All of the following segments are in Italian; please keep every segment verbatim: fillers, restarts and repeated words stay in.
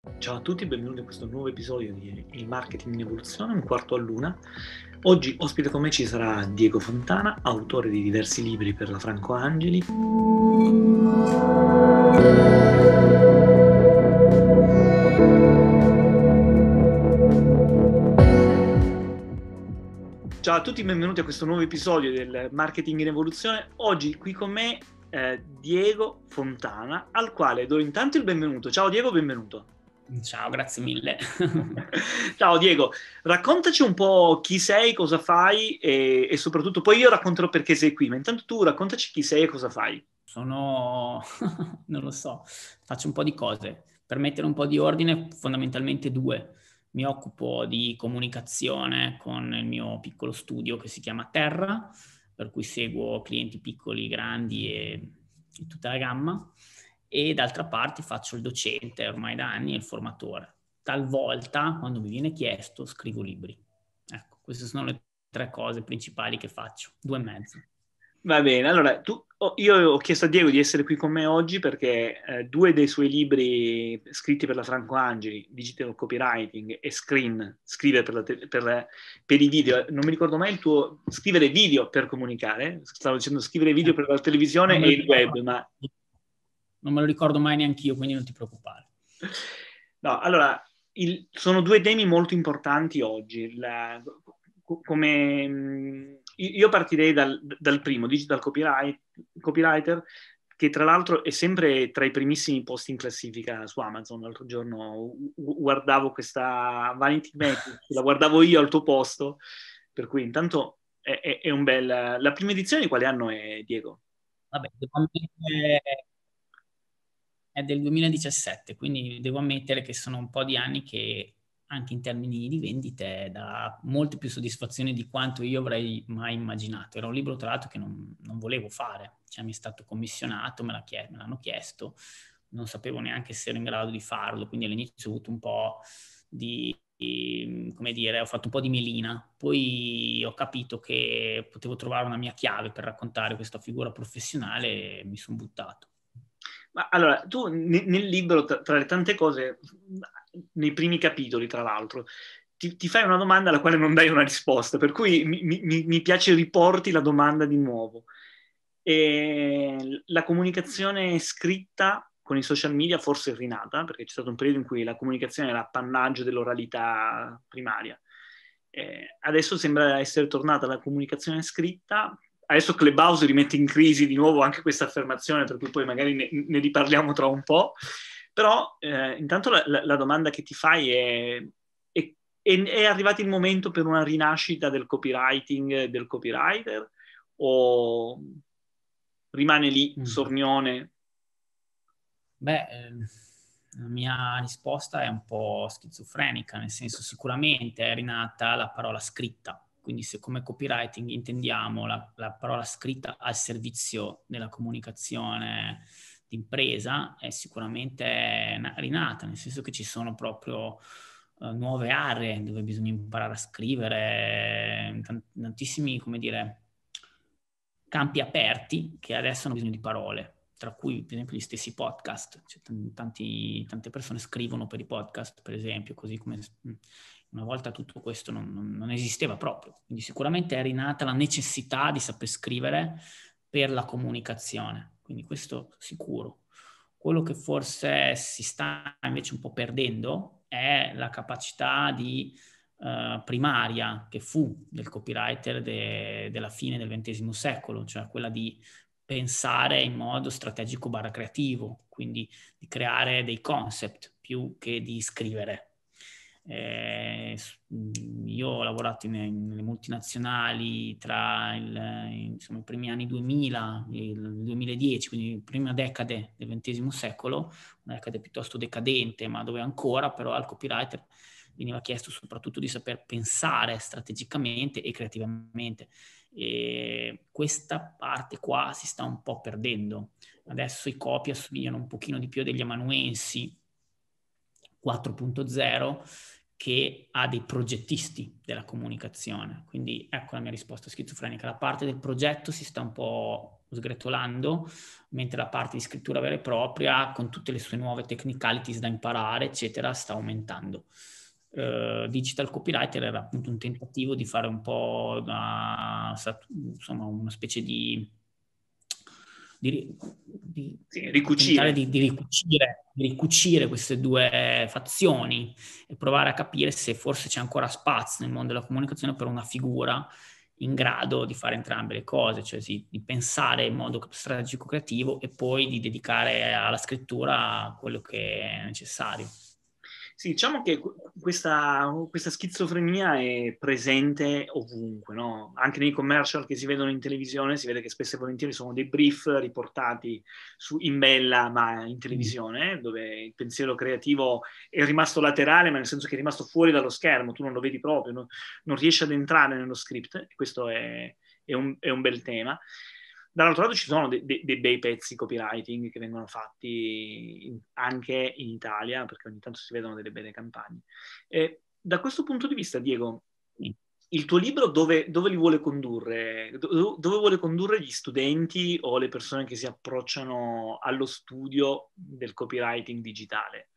Ciao a tutti, benvenuti a questo nuovo episodio di Il Marketing in Evoluzione, un quarto a luna. Oggi ospite con me ci sarà Diego Fontana, autore di diversi libri per la Franco Angeli. Ciao a tutti, benvenuti a questo nuovo episodio del Marketing in Evoluzione. Oggi qui con me eh, Diego Fontana, al quale do intanto il benvenuto. Ciao Diego, benvenuto. Ciao, grazie mille. Ciao Diego, raccontaci un po' chi sei, cosa fai e, e soprattutto poi io racconterò perché sei qui, ma intanto tu raccontaci chi sei e cosa fai. Sono, non lo so, faccio un po' di cose. Per mettere un po' di ordine, fondamentalmente due. Mi occupo di comunicazione con il mio piccolo studio che si chiama Terra, per cui seguo clienti piccoli, grandi e di tutta la gamma. E d'altra parte faccio il docente ormai da anni e il formatore. Talvolta, quando mi viene chiesto, scrivo libri. Ecco, queste sono le tre cose principali che faccio, due e mezzo. Va bene, allora tu, oh, io ho chiesto a Diego di essere qui con me oggi perché eh, due dei suoi libri scritti per la Franco Angeli, Digital Copywriting e Screen, scrivere per, la te- per, la- per i video, non mi ricordo mai il tuo, scrivere video per comunicare, stavo dicendo scrivere video per la televisione Non me e lo il ricordo, web, ma... non me lo ricordo mai neanch'io, quindi non ti preoccupare. No, allora, il- sono due temi molto importanti oggi. La- co- come, mh, io partirei dal, dal primo, Digital Copyright, Copywriter, che tra l'altro è sempre tra i primissimi posti in classifica su Amazon. L'altro giorno gu- guardavo questa Vanity Metrics, la guardavo io al tuo posto, per cui intanto è, è- è un bel... La prima edizione di quale anno è, Diego? Vabbè, devo ammettere, è del duemiladiciassette, quindi devo ammettere che sono un po' di anni che anche in termini di vendite dà molte più soddisfazioni di quanto io avrei mai immaginato. Era un libro tra l'altro che non, non volevo fare, cioè mi è stato commissionato, me, l'ha chie- me l'hanno chiesto, non sapevo neanche se ero in grado di farlo, quindi all'inizio ho avuto un po' di, di, come dire, ho fatto un po' di melina, poi ho capito che potevo trovare una mia chiave per raccontare questa figura professionale e mi sono buttato. Ma allora, tu ne- nel libro, tra, tra le tante cose, nei primi capitoli, tra l'altro, ti, ti fai una domanda alla quale non dai una risposta, per cui mi, mi- mi piace riporti la domanda di nuovo. E la comunicazione scritta con i social media forse è rinata, perché c'è stato un periodo in cui la comunicazione era appannaggio dell'oralità primaria. Eh, adesso sembra essere tornata la comunicazione scritta. Adesso Clubhouse rimette in crisi di nuovo anche questa affermazione, per cui poi magari ne, ne riparliamo tra un po'. Però eh, intanto la, la, la domanda che ti fai è, è, è, è arrivato il momento per una rinascita del copywriting, del copywriter, o rimane lì, Mm. sornione? Beh, ehm, la mia risposta è un po' schizofrenica, nel senso sicuramente è rinata la parola scritta, quindi se come copywriting intendiamo la, la parola scritta al servizio della comunicazione d'impresa, è sicuramente na- rinata, nel senso che ci sono proprio eh, nuove aree dove bisogna imparare a scrivere, tant- tantissimi, come dire, campi aperti che adesso hanno bisogno di parole, tra cui per esempio gli stessi podcast. Cioè, tanti, tante persone scrivono per i podcast, per esempio, così come una volta tutto questo non, non, non esisteva proprio. Quindi sicuramente è rinata la necessità di saper scrivere per la comunicazione, quindi questo sicuro. Quello che forse si sta invece un po' perdendo è la capacità di Uh, primaria che fu del copywriter de- della fine del ventesimo secolo, cioè quella di pensare in modo strategico barra creativo, quindi di creare dei concept più che di scrivere. Eh, io ho lavorato in, nelle multinazionali tra il, insomma, i primi anni duemila, il duemiladieci, quindi la prima decade del ventesimo secolo, una decade piuttosto decadente, ma dove ancora però al copywriter veniva chiesto soprattutto di saper pensare strategicamente e creativamente. E questa parte qua si sta un po' perdendo. Adesso i copy assomigliano un pochino di più a degli amanuensi quattro punto zero che a dei progettisti della comunicazione. Quindi ecco la mia risposta schizofrenica. La parte del progetto si sta un po' sgretolando, mentre la parte di scrittura vera e propria, con tutte le sue nuove technicalities da imparare, eccetera, sta aumentando. Uh, digital copywriter era appunto un tentativo di fare un po' da, insomma, una specie di di, di, sì, di tentare ricucire. di, di, ricucire, di ricucire queste due fazioni e provare a capire se forse c'è ancora spazio nel mondo della comunicazione per una figura in grado di fare entrambe le cose, cioè sì, di pensare in modo strategico creativo e poi di dedicare alla scrittura quello che è necessario. Sì, diciamo che questa, questa schizofrenia è presente ovunque, no? Anche nei commercial che si vedono in televisione si vede che spesso e volentieri sono dei brief riportati su, in bella, ma in televisione, mm. dove il pensiero creativo è rimasto laterale, ma nel senso che è rimasto fuori dallo schermo, tu non lo vedi proprio, no? Non riesci ad entrare nello script, e questo è, è, un, è un bel tema. Dall'altro lato ci sono dei, dei, dei bei pezzi copywriting che vengono fatti in, anche in Italia, perché ogni tanto si vedono delle belle campagne. E da questo punto di vista, Diego, il tuo libro dove, dove li vuole condurre? Do, dove vuole condurre gli studenti o le persone che si approcciano allo studio del copywriting digitale?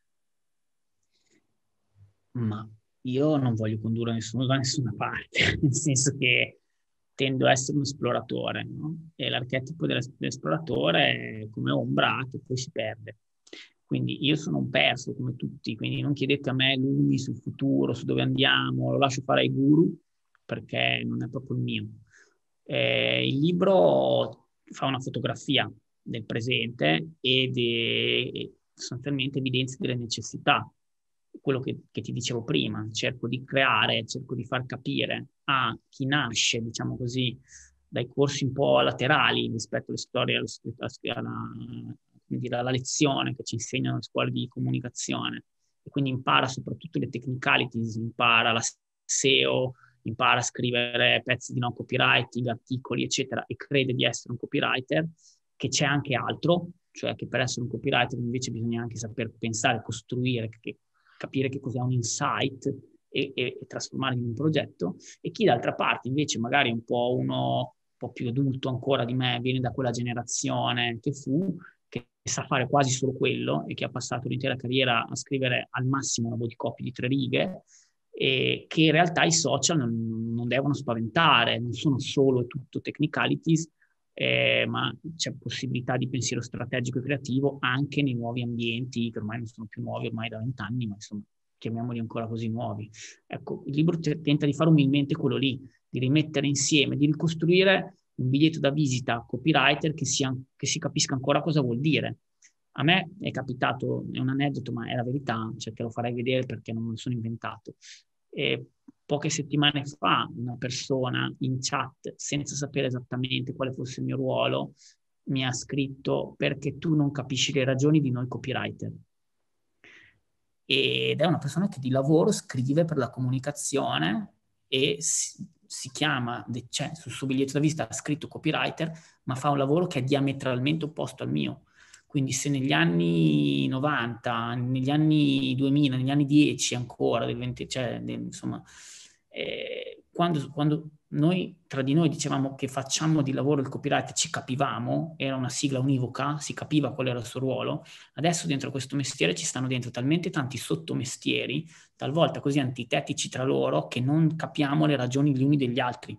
Ma io non voglio condurre nessuno da nessuna parte, nel senso che tendo a essere un esploratore, no? E l'archetipo dell'esploratore è come ombra che poi si perde. Quindi io sono un perso come tutti, quindi non chiedete a me lumi sul futuro, su dove andiamo, lo lascio fare ai guru perché non è proprio il mio. Eh, il libro fa una fotografia del presente ed è, sostanzialmente evidenzia delle necessità. Quello che, che ti dicevo prima, cerco di creare, cerco di far capire a chi nasce, diciamo così, dai corsi un po' laterali rispetto alle storie, alla, alla, dire, alla lezione che ci insegnano le scuole di comunicazione, e quindi impara soprattutto le technicalities, impara la S E O, impara a scrivere pezzi di no copywriting, articoli, eccetera, e crede di essere un copywriter, che c'è anche altro, cioè che per essere un copywriter invece bisogna anche saper pensare, costruire, che, capire che cos'è un insight e, e, e trasformarlo in un progetto, e chi d'altra parte invece magari è un po' uno un po' più adulto ancora di me, viene da quella generazione che fu, che sa fare quasi solo quello e che ha passato l'intera carriera a scrivere al massimo una body copy di tre righe, e che in realtà i social non, non devono spaventare, non sono solo e tutto technicalities, eh, ma c'è possibilità di pensiero strategico e creativo anche nei nuovi ambienti, che ormai non sono più nuovi ormai da vent'anni, ma insomma chiamiamoli ancora così nuovi. Ecco, il libro tenta di fare umilmente quello lì, di rimettere insieme, di ricostruire un biglietto da visita copywriter che, sia, che si capisca ancora cosa vuol dire. A me è capitato, è un aneddoto, ma è la verità, cioè te lo farei vedere perché non me lo sono inventato. E poche settimane fa una persona in chat, senza sapere esattamente quale fosse il mio ruolo, mi ha scritto: perché tu non capisci le ragioni di noi copywriter. Ed è una persona che di lavoro scrive per la comunicazione e si, si chiama, cioè sul suo biglietto da visita ha scritto copywriter, ma fa un lavoro che è diametralmente opposto al mio. Quindi se negli anni novanta, negli anni duemila, negli anni dieci ancora, del venti, cioè, del, insomma, eh, quando, quando noi tra di noi dicevamo che facciamo di lavoro il copywriter, ci capivamo, era una sigla univoca, si capiva qual era il suo ruolo. Adesso dentro questo mestiere ci stanno dentro talmente tanti sottomestieri, talvolta così antitetici tra loro, che non capiamo le ragioni gli uni degli altri.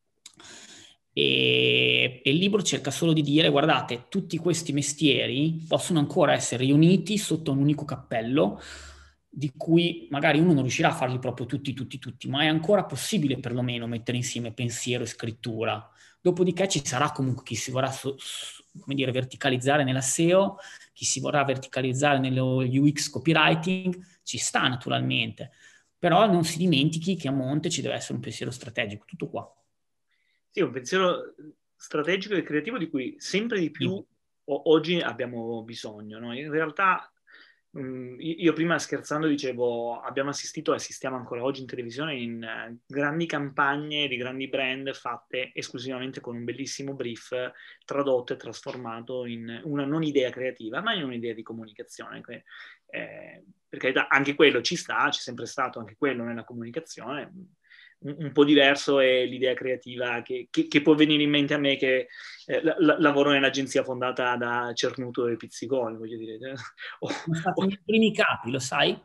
E, e il libro cerca solo di dire: guardate, tutti questi mestieri possono ancora essere riuniti sotto un unico cappello, di cui magari uno non riuscirà a farli proprio tutti, tutti, tutti, ma è ancora possibile perlomeno mettere insieme pensiero e scrittura. Dopodiché ci sarà comunque chi si vorrà, come dire, verticalizzare nella S E O, chi si vorrà verticalizzare nello U X copywriting, ci sta naturalmente, però non si dimentichi che a monte ci deve essere un pensiero strategico, tutto qua. Sì, un pensiero strategico e creativo di cui sempre di più o- oggi abbiamo bisogno, no? In realtà mh, io prima scherzando dicevo abbiamo assistito e assistiamo ancora oggi in televisione in uh, grandi campagne di grandi brand fatte esclusivamente con un bellissimo brief tradotto e trasformato in una non idea creativa, ma in un'idea di comunicazione. Eh, perché anche quello ci sta, c'è sempre stato anche quello nella comunicazione. un, un po' diverso è l'idea creativa che, che, che può venire in mente a me che eh, la, la, lavoro nell'agenzia fondata da Cernuto e Pizziconi, voglio dire. Oh, Sono stati i oh. miei primi capi, lo sai?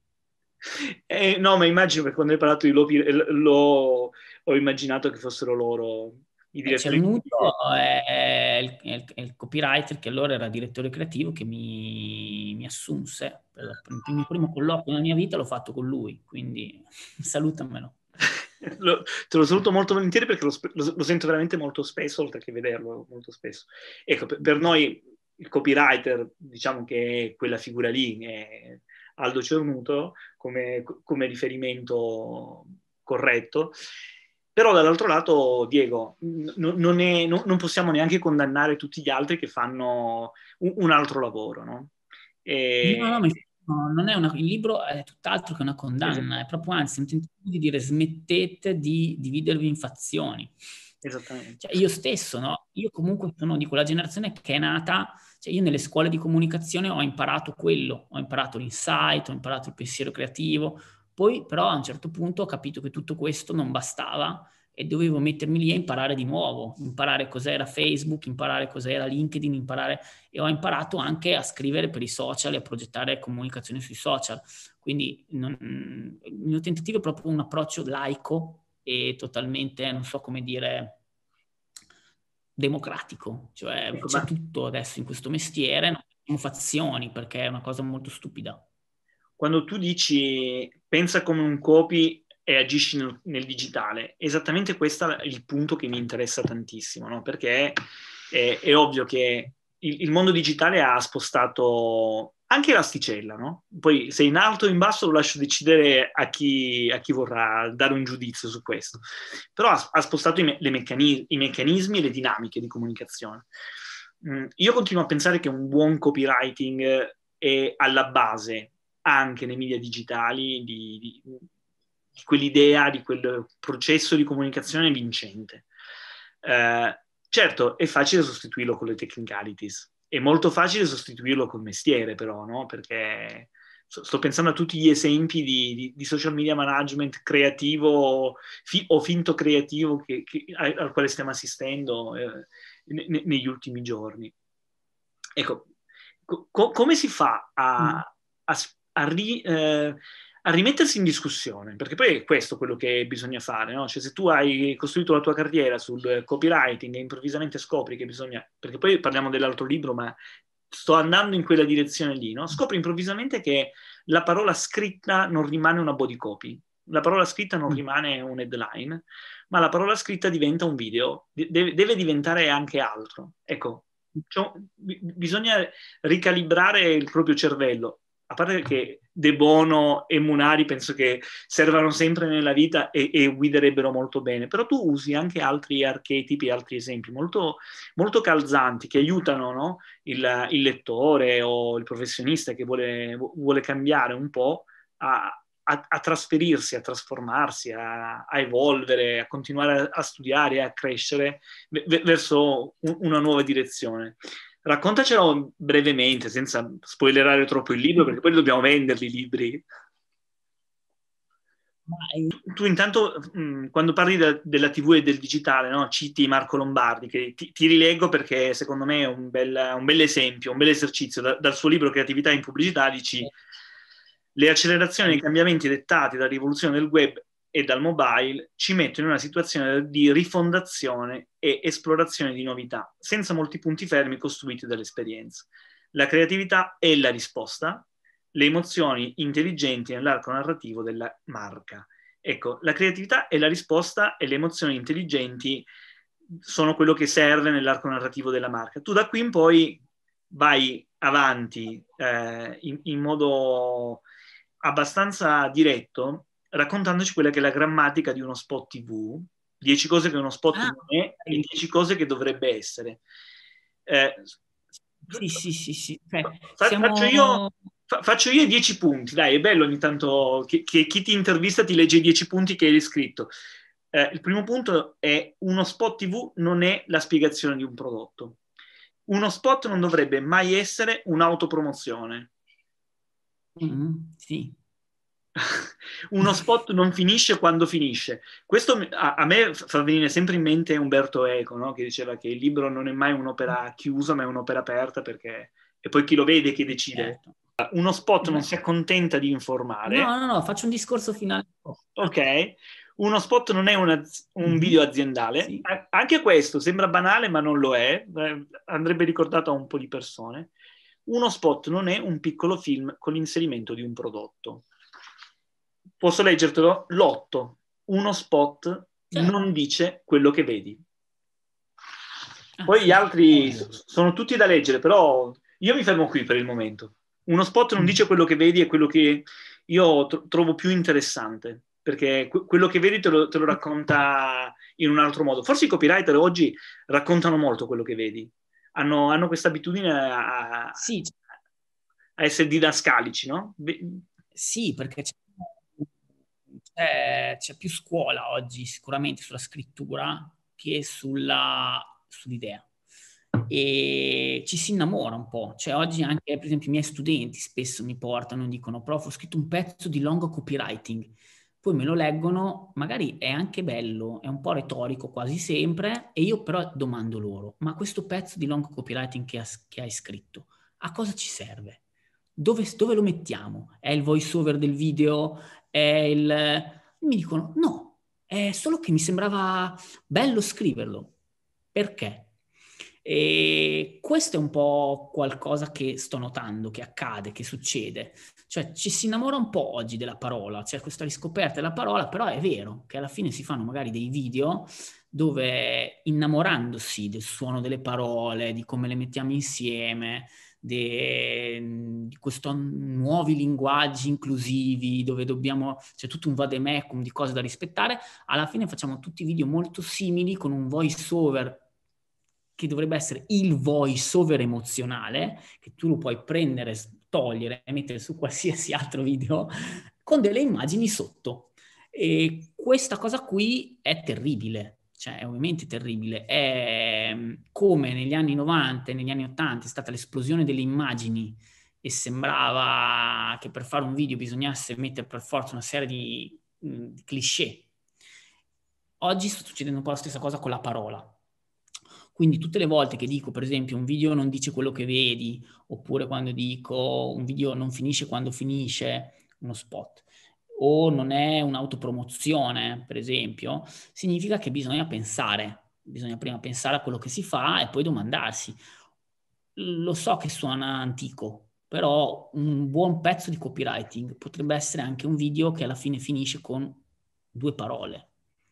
Eh, no, ma immagino che quando hai parlato di Lopi, l'ho, ho immaginato che fossero loro i Eh, direttori. Cernuto è, è il, è il- è il copywriter che allora era direttore creativo che mi, mi assunse. Per la- il mio primo colloquio nella mia vita l'ho fatto con lui, quindi salutamelo. Lo- te lo saluto molto volentieri perché lo, lo- lo sento veramente molto spesso, oltre che vederlo molto spesso. Ecco, per, per noi il copywriter, diciamo che è quella figura lì, è Aldo Cernuto come, come riferimento corretto. Però dall'altro lato, Diego, n- non, è- non- non possiamo neanche condannare tutti gli altri che fanno un, un altro lavoro, no? No, no, E- ma infatti no, non è una, il libro è tutt'altro che una condanna, è proprio anzi un tentativo di dire smettete di dividervi in fazioni. Esattamente. Cioè, io stesso, no? Io comunque sono di quella generazione che è nata, cioè io nelle scuole di comunicazione ho imparato quello, ho imparato l'insight, ho imparato il pensiero creativo, poi però a un certo punto ho capito che tutto questo non bastava e dovevo mettermi lì a imparare di nuovo, imparare cos'era Facebook, imparare cos'era LinkedIn, imparare e ho imparato anche a scrivere per i social e a progettare comunicazione sui social. Quindi non, il mio tentativo è proprio un approccio laico e totalmente, non so come dire, democratico, cioè Ecco, c'è ma tutto adesso in questo mestiere, non abbiamo fazioni perché è una cosa molto stupida. quando tu dici pensa come un copy e agisci nel, nel digitale, esattamente questo è il punto che mi interessa tantissimo, no? Perché è, è ovvio che il, il mondo digitale ha spostato anche l'asticella, no? Poi se in alto o in basso lo lascio decidere a chi, a chi vorrà dare un giudizio su questo. Però ha, ha spostato i, me, meccani, i meccanismi e le dinamiche di comunicazione. Mm, io continuo a pensare che un buon copywriting è alla base anche nei media digitali di, di, di quell'idea, di quel processo di comunicazione vincente. Eh, certo, è facile sostituirlo con le technicalities, è molto facile sostituirlo col mestiere però, no? Perché sto pensando a tutti gli esempi di, di, di social media management creativo fi, o finto creativo che, che, al, al quale stiamo assistendo eh, ne, negli ultimi giorni. Ecco, co- come si fa a, a, a, ri, eh, a rimettersi in discussione? Perché poi è questo quello che bisogna fare, no? Cioè se tu hai costruito la tua carriera sul copywriting e improvvisamente scopri che bisogna, perché poi parliamo dell'altro libro, ma sto andando in quella direzione lì, no? Scopri improvvisamente che la parola scritta non rimane una body copy, la parola scritta non rimane un headline, ma la parola scritta diventa un video, deve, deve diventare anche altro. Ecco, cioè, bisogna ricalibrare il proprio cervello. A parte che De Bono e Munari penso che servano sempre nella vita e, e guiderebbero molto bene, però tu usi anche altri archetipi, altri esempi molto, molto calzanti che aiutano, no? il, il lettore o il professionista che vuole, vuole cambiare un po' a, a, a trasferirsi, a trasformarsi, a, a evolvere, a continuare a, a studiare, a crescere v- verso un, una nuova direzione. Raccontacelo brevemente, senza spoilerare troppo il libro, perché poi dobbiamo venderli i libri. Ma è- Tu, tu intanto, mh, quando parli de- della T V e del digitale, no? Citi Marco Lombardi, che ti, ti rileggo perché secondo me è un bel, un bel esempio, un bel esercizio. Da, dal suo libro Creatività in pubblicità dici le accelerazioni e i cambiamenti dettati dalla rivoluzione del web e dal mobile ci mettono in una situazione di rifondazione e esplorazione di novità, senza molti punti fermi costruiti dall'esperienza. La creatività è la risposta, le emozioni intelligenti nell'arco narrativo della marca. Ecco, la creatività è la risposta e le emozioni intelligenti sono quello che serve nell'arco narrativo della marca. Tu da qui in poi vai avanti eh, in, in modo abbastanza diretto, raccontandoci quella che è la grammatica di uno spot T V, dieci cose che uno spot ah, non è e dieci cose che dovrebbe essere. Eh, sì, sì, sì, sì. Cioè, fa- faccio siamo... io fa- faccio io i dieci punti, dai, è bello ogni tanto che, che chi ti intervista ti legge i dieci punti che hai scritto. Eh, il primo punto è uno spot T V non è la spiegazione di un prodotto. Uno spot non dovrebbe mai essere un'autopromozione. Mm, sì. Uno spot non finisce quando finisce. Questo a, a me fa venire sempre in mente Umberto Eco, no? Che diceva che il libro non è mai un'opera chiusa, ma è un'opera aperta, perché è poi chi lo vede che decide. Certo. Uno spot non Beh, si accontenta di no, informare. no, no, faccio un discorso finale. Ok, uno spot non è una- un Mhm. video aziendale. Sì. A- Anche questo sembra banale, ma non lo è. Eh, Andrebbe ricordato a un po' di persone. Uno spot non è un piccolo film con l'inserimento di un prodotto. Posso leggertelo? L'otto. Uno spot Certo. non dice quello che vedi. Ah, Poi gli sì, altri ovvio. s- sono tutti da leggere, però io mi fermo qui per il momento. Uno spot non dice Mm. quello che vedi, è quello che io tro- trovo più interessante, perché que- quello che vedi te lo, te lo racconta in un altro modo. Forse i copywriter oggi raccontano molto quello che vedi. Hanno, hanno questa abitudine a, a Sì, essere didascalici, no? Ve- sì, perché c'è, c'è- c'è più scuola oggi sicuramente sulla scrittura che sulla, sull'idea. E ci si innamora un po'. Cioè oggi anche, per esempio, i miei studenti spesso mi portano e dicono: prof, ho scritto un pezzo di long copywriting. Poi me lo leggono, magari è anche bello, è un po' retorico quasi sempre, e io però domando loro: ma questo pezzo di long copywriting che, ha- che hai scritto, a cosa ci serve? Dove, dove lo mettiamo? È il voice over del video? È il... Mi dicono no, è solo che mi sembrava bello scriverlo. Perché? E questo è un po' qualcosa che sto notando, che accade, che succede. Cioè ci si innamora un po' oggi della parola, c'è questa riscoperta della parola, però è vero che alla fine si fanno magari dei video dove, innamorandosi del suono delle parole, di come le mettiamo insieme, de- di questi nuovi linguaggi inclusivi dove dobbiamo, c'è tutto un vademecum di cose da rispettare, alla fine facciamo tutti video molto simili con un voice over che dovrebbe essere il voice over emozionale, che tu lo puoi prendere, togliere e mettere su qualsiasi altro video con delle immagini sotto. E questa cosa qui è terribile, cioè è ovviamente terribile. È come negli anni novanta e negli anni ottanta è stata l'esplosione delle immagini e sembrava che per fare un video bisognasse mettere per forza una serie di, di cliché. Oggi sta succedendo un po' la stessa cosa con la parola. Quindi tutte le volte che dico, per esempio, un video non dice quello che vedi, oppure quando dico un video non finisce quando finisce, uno spot, o non è un'autopromozione, per esempio, significa che bisogna pensare, bisogna prima pensare a quello che si fa e poi domandarsi. Lo so che suona antico, però un buon pezzo di copywriting potrebbe essere anche un video che alla fine finisce con due parole,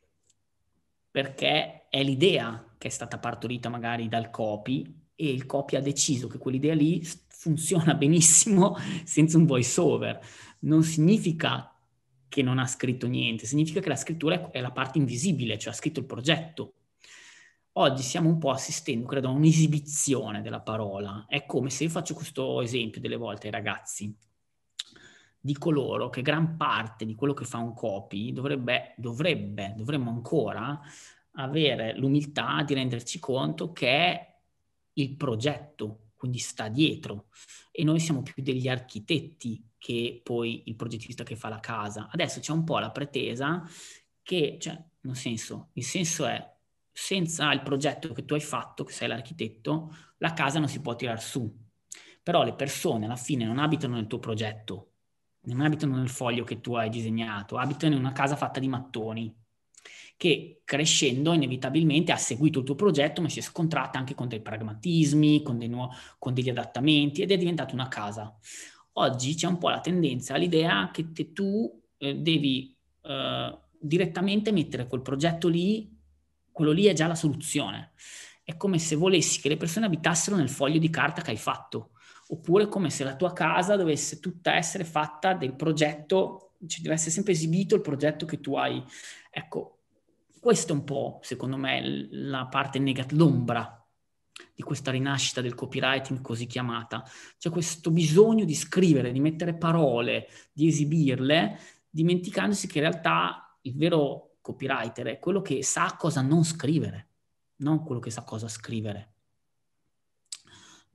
perché è l'idea che è stata partorita magari dal copy e il copy ha deciso che quell'idea lì funziona benissimo senza un voice over. Non significa che non ha scritto niente, significa che la scrittura è la parte invisibile, cioè ha scritto il progetto. Oggi stiamo un po' assistendo, credo, a un'esibizione della parola. È come se io faccio questo esempio delle volte ai ragazzi. Dico loro che gran parte di quello che fa un copy dovrebbe, dovrebbe, dovremmo ancora avere l'umiltà di renderci conto che è il progetto, quindi sta dietro. E noi siamo più degli architetti che poi il progettista che fa la casa. Adesso c'è un po' la pretesa che, cioè, nel senso, il senso è senza il progetto che tu hai fatto, che sei l'architetto, la casa non si può tirar su. Però le persone alla fine non abitano nel tuo progetto, non abitano nel foglio che tu hai disegnato, abitano in una casa fatta di mattoni, che crescendo inevitabilmente ha seguito il tuo progetto, ma si è scontrata anche con dei pragmatismi, con, dei nuovi, con degli adattamenti ed è diventata una casa. Oggi c'è un po' la tendenza all'idea che te, tu eh, devi eh, direttamente mettere quel progetto lì, quello lì è già la soluzione. È come se volessi che le persone abitassero nel foglio di carta che hai fatto, oppure come se la tua casa dovesse tutta essere fatta del progetto, cioè deve essere sempre esibito il progetto che tu hai. Ecco, questa è un po', secondo me, la parte negativa, l'ombra di questa rinascita del copywriting così chiamata. C'è questo bisogno di scrivere, di mettere parole, di esibirle, dimenticandosi che in realtà il vero copywriter è quello che sa cosa non scrivere, non quello che sa cosa scrivere.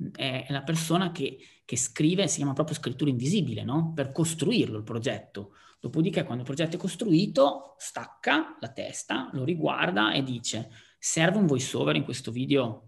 è la persona che, che scrive, si chiama proprio scrittura invisibile, no? Per costruirlo il progetto. Dopodiché, quando il progetto è costruito, stacca la testa, lo riguarda e dice: serve un voiceover in questo video?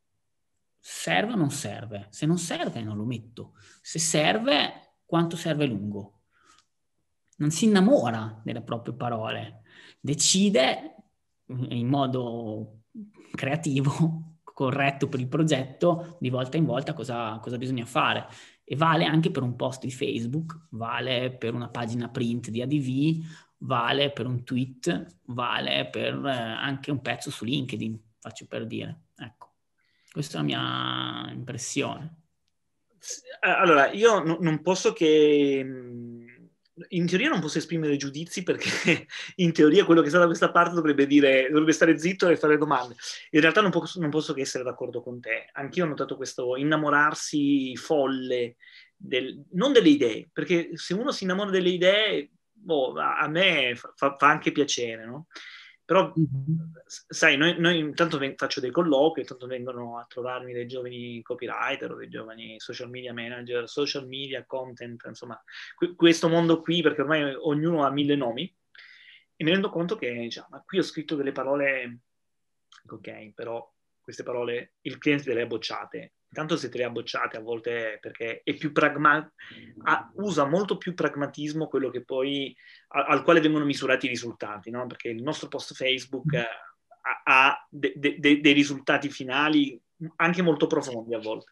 Serve o non serve? Se non serve, non lo metto. Se serve, quanto serve lungo? Non si innamora delle proprie parole, decide in modo creativo, corretto per il progetto, di volta in volta cosa, cosa bisogna fare. E vale anche per un post di Facebook, vale per una pagina print di A D V, vale per un tweet, vale per eh, anche un pezzo su LinkedIn, faccio per dire. Ecco, questa è la mia impressione. Allora, io no, non posso che... In teoria non posso esprimere giudizi perché in teoria quello che sta da questa parte dovrebbe dire, dovrebbe stare zitto e fare domande. In realtà non posso, non posso che essere d'accordo con te. Anch'io ho notato questo innamorarsi folle, del, non delle idee, perché se uno si innamora delle idee, boh, a me fa, fa anche piacere, no? Però, mm-hmm. sai, noi, noi intanto faccio dei colloqui, intanto vengono a trovarmi dei giovani copywriter o dei giovani social media manager, social media, content, insomma, questo mondo qui, perché ormai ognuno ha mille nomi, e mi rendo conto che, diciamo, ma qui ho scritto delle parole, ok, però queste parole il cliente le ha bocciate. Tanto se te le ha bocciate a volte è perché è più pragma- ha, usa molto più pragmatismo quello che poi a, al quale vengono misurati i risultati, no? Perché il nostro post Facebook eh, ha, ha de, de, de, dei risultati finali anche molto profondi a volte.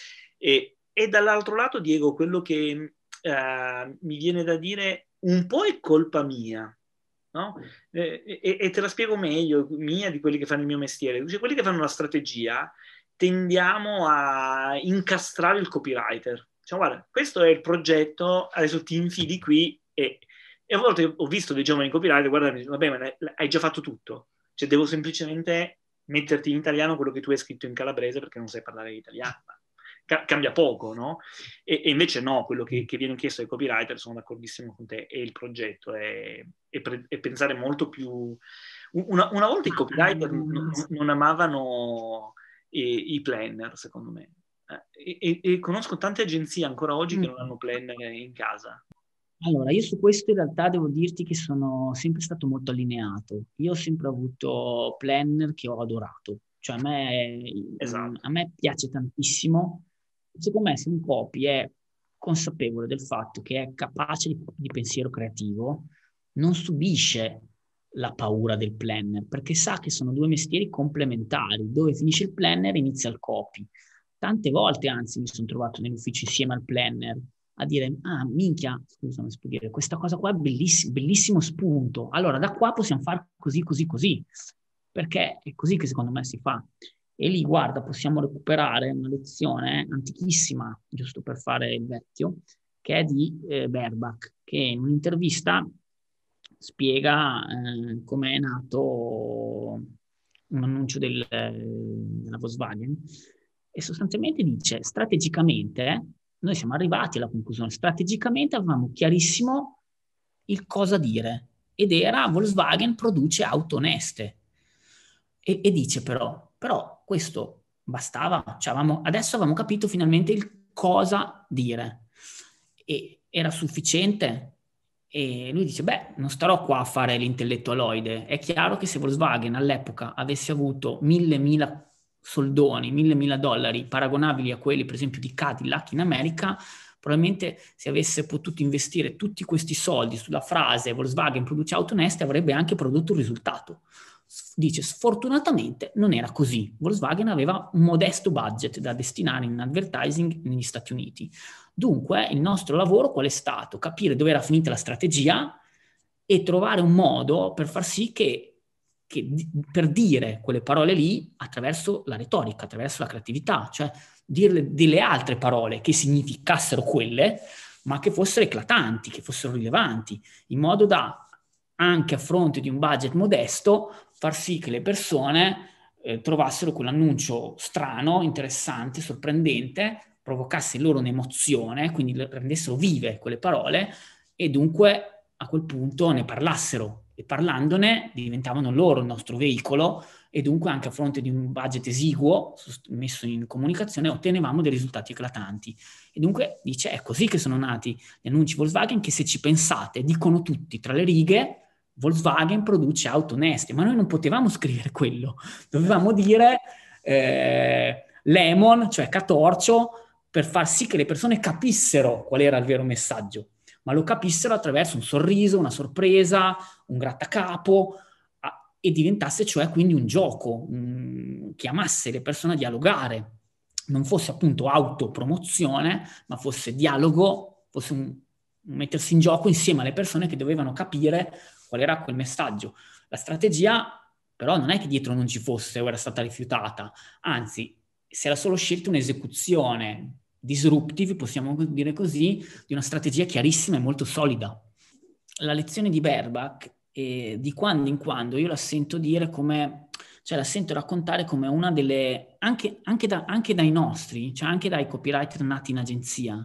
E, e dall'altro lato, Diego, quello che eh, mi viene da dire un po' è colpa mia, no? E, e, e te la spiego meglio, mia, di quelli che fanno il mio mestiere. Cioè, quelli che fanno la strategia tendiamo a incastrare il copywriter. Cioè, guarda, questo è il progetto, adesso ti infili qui e, e a volte ho visto dei giovani copywriter, guarda, mi dicono, vabbè, ma hai già fatto tutto. Cioè, devo semplicemente metterti in italiano quello che tu hai scritto in calabrese perché non sai parlare italiano. Ca- cambia poco, no? E, e invece no, quello che, che viene chiesto ai copywriter, sono d'accordissimo con te, è il progetto, è, è, pre- è pensare molto più... Una, una volta i copywriter non, non amavano i, i planner, secondo me. Eh, e, e conosco tante agenzie ancora oggi che non hanno planner in casa. Allora, io su questo in realtà devo dirti che sono sempre stato molto allineato. Io ho sempre avuto planner che ho adorato. Cioè a me, esatto. a me piace tantissimo. Secondo me se un copy è consapevole del fatto che è capace di, di pensiero creativo, non subisce la paura del planner, perché sa che sono due mestieri complementari. Dove finisce il planner inizia il copy. Tante volte, anzi, mi sono trovato nell'ufficio insieme al planner a dire, ah, minchia, scusa, non si può dire, questa cosa qua è bellissimo, bellissimo spunto. Allora, da qua possiamo fare così, così, così, perché è così che secondo me si fa. E lì, guarda, possiamo recuperare una lezione antichissima, giusto per fare il vecchio, che è di eh, Berbach, che in un'intervista spiega eh, come è nato un annuncio del, eh, della Volkswagen e sostanzialmente dice, strategicamente, noi siamo arrivati alla conclusione, strategicamente avevamo chiarissimo il cosa dire, ed era Volkswagen produce auto oneste. E, e dice però, però questo bastava, cioè avevamo, adesso avevamo capito finalmente il cosa dire. E era sufficiente? E lui dice, beh, non starò qua a fare l'intellettualoide. È chiaro che se Volkswagen all'epoca avesse avuto mille mila soldoni, mille mila dollari paragonabili a quelli per esempio di Cadillac in America, probabilmente se avesse potuto investire tutti questi soldi sulla frase Volkswagen produce auto oneste avrebbe anche prodotto un risultato. Dice, sfortunatamente non era così. Volkswagen aveva un modesto budget da destinare in advertising negli Stati Uniti. Dunque il nostro lavoro qual è stato? Capire dove era finita la strategia e trovare un modo per far sì che, che per dire quelle parole lì attraverso la retorica, attraverso la creatività, cioè dirle delle altre parole che significassero quelle, ma che fossero eclatanti, che fossero rilevanti, in modo da, anche a fronte di un budget modesto, far sì che le persone eh, trovassero quell'annuncio strano, interessante, sorprendente, provocasse in loro un'emozione, quindi rendessero vive quelle parole e dunque a quel punto ne parlassero e parlandone diventavano loro il nostro veicolo e dunque anche a fronte di un budget esiguo messo in comunicazione ottenevamo dei risultati eclatanti. E dunque dice, è così che sono nati gli annunci Volkswagen, che se ci pensate dicono tutti tra le righe Volkswagen produce auto oneste, ma noi non potevamo scrivere quello, dovevamo dire eh, Lemon, cioè Catorcio, per far sì che le persone capissero qual era il vero messaggio, ma lo capissero attraverso un sorriso, una sorpresa, un grattacapo, a, e diventasse cioè quindi un gioco, mh, chiamasse le persone a dialogare, non fosse appunto autopromozione, ma fosse dialogo, fosse un, un mettersi in gioco insieme alle persone che dovevano capire qual era quel messaggio. La strategia però non è che dietro non ci fosse o era stata rifiutata, anzi si era solo scelta un'esecuzione disruptive, possiamo dire così, di una strategia chiarissima e molto solida. La lezione di Berbach, eh, di quando in quando io la sento dire come, cioè la sento raccontare come una delle, anche, anche, da, anche dai nostri, cioè anche dai copywriter nati in agenzia,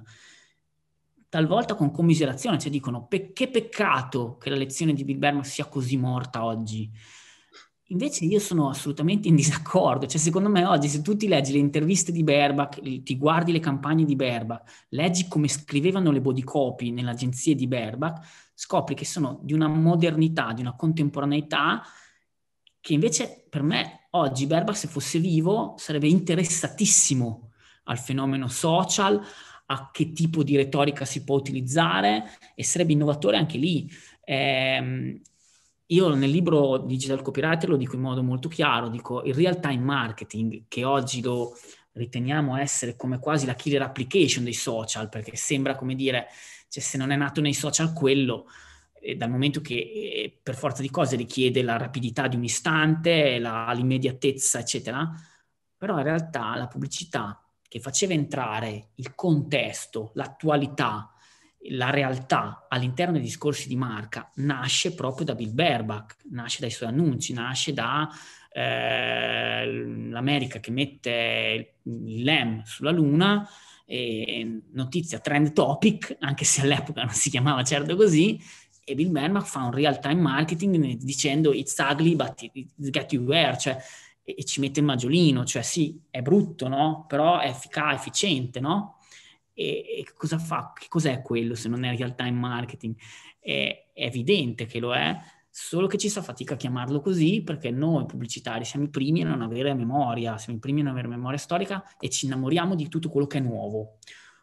talvolta con commiserazione, cioè dicono pe- che peccato che la lezione di Bill Berbach sia così morta oggi. Invece io sono assolutamente in disaccordo, cioè secondo me oggi se tu ti leggi le interviste di Berbach, ti guardi le campagne di Berbach, leggi come scrivevano le body copy nelle agenzie di Berbach, scopri che sono di una modernità, di una contemporaneità che invece per me oggi Berbach, se fosse vivo, sarebbe interessatissimo al fenomeno social, a che tipo di retorica si può utilizzare e sarebbe innovatore anche lì. Ehm, io nel libro Digital Copywriter lo dico in modo molto chiaro, dico il real time marketing, che oggi lo riteniamo essere come quasi la killer application dei social, perché sembra come dire, cioè se non è nato nei social quello, eh, dal momento che eh, per forza di cose richiede la rapidità di un istante, la, l'immediatezza, eccetera, però in realtà la pubblicità che faceva entrare il contesto, l'attualità, la realtà all'interno dei discorsi di marca nasce proprio da Bill Berbach, nasce dai suoi annunci, nasce da eh, l'America che mette il LEM sulla Luna, e notizia trend topic, anche se all'epoca non si chiamava certo così, e Bill Berbach fa un real time marketing dicendo it's ugly but it's get you there, cioè e, e ci mette il maggiolino, cioè sì, è brutto, no? Però è efficace, efficiente, no? E, e cosa fa? Che cos'è quello se non è real time marketing? È, è evidente che lo è, solo che ci fa fatica a chiamarlo così perché noi pubblicitari siamo i primi a non avere memoria, siamo i primi a non avere memoria storica e ci innamoriamo di tutto quello che è nuovo.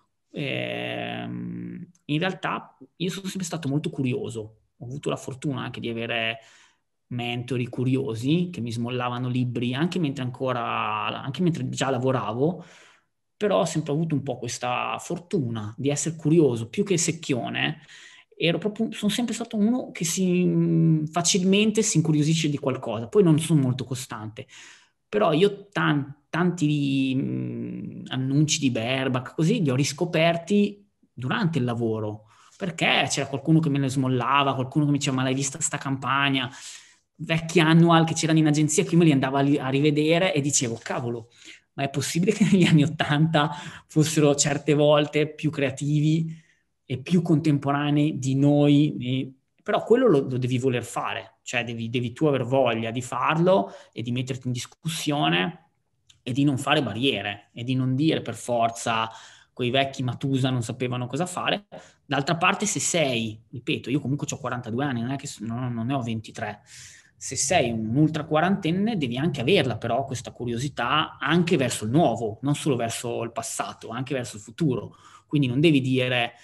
Ehm, in realtà io sono sempre stato molto curioso, ho avuto la fortuna anche di avere mentori curiosi che mi smollavano libri anche mentre ancora, anche mentre già lavoravo, però ho sempre avuto un po' questa fortuna di essere curioso, più che secchione. Ero proprio, sono sempre stato uno che si facilmente si incuriosisce di qualcosa, poi non sono molto costante, però io tan, tanti mh, annunci di Berbach, così li ho riscoperti durante il lavoro, perché c'era qualcuno che me ne smollava, qualcuno che mi diceva ma l'hai vista sta campagna, vecchi annual che c'erano in agenzia, che io me li andavo a, a rivedere e dicevo cavolo, ma è possibile che negli anni Ottanta fossero certe volte più creativi e più contemporanei di noi, e, però quello lo, lo devi voler fare, cioè devi, devi tu aver voglia di farlo e di metterti in discussione e di non fare barriere e di non dire per forza quei vecchi Matusa non sapevano cosa fare. D'altra parte se sei, ripeto, io comunque ho quarantadue anni, non è che non, non ne ho ventitré, se sei un ultra quarantenne devi anche averla però questa curiosità anche verso il nuovo, non solo verso il passato, anche verso il futuro. Quindi non devi dire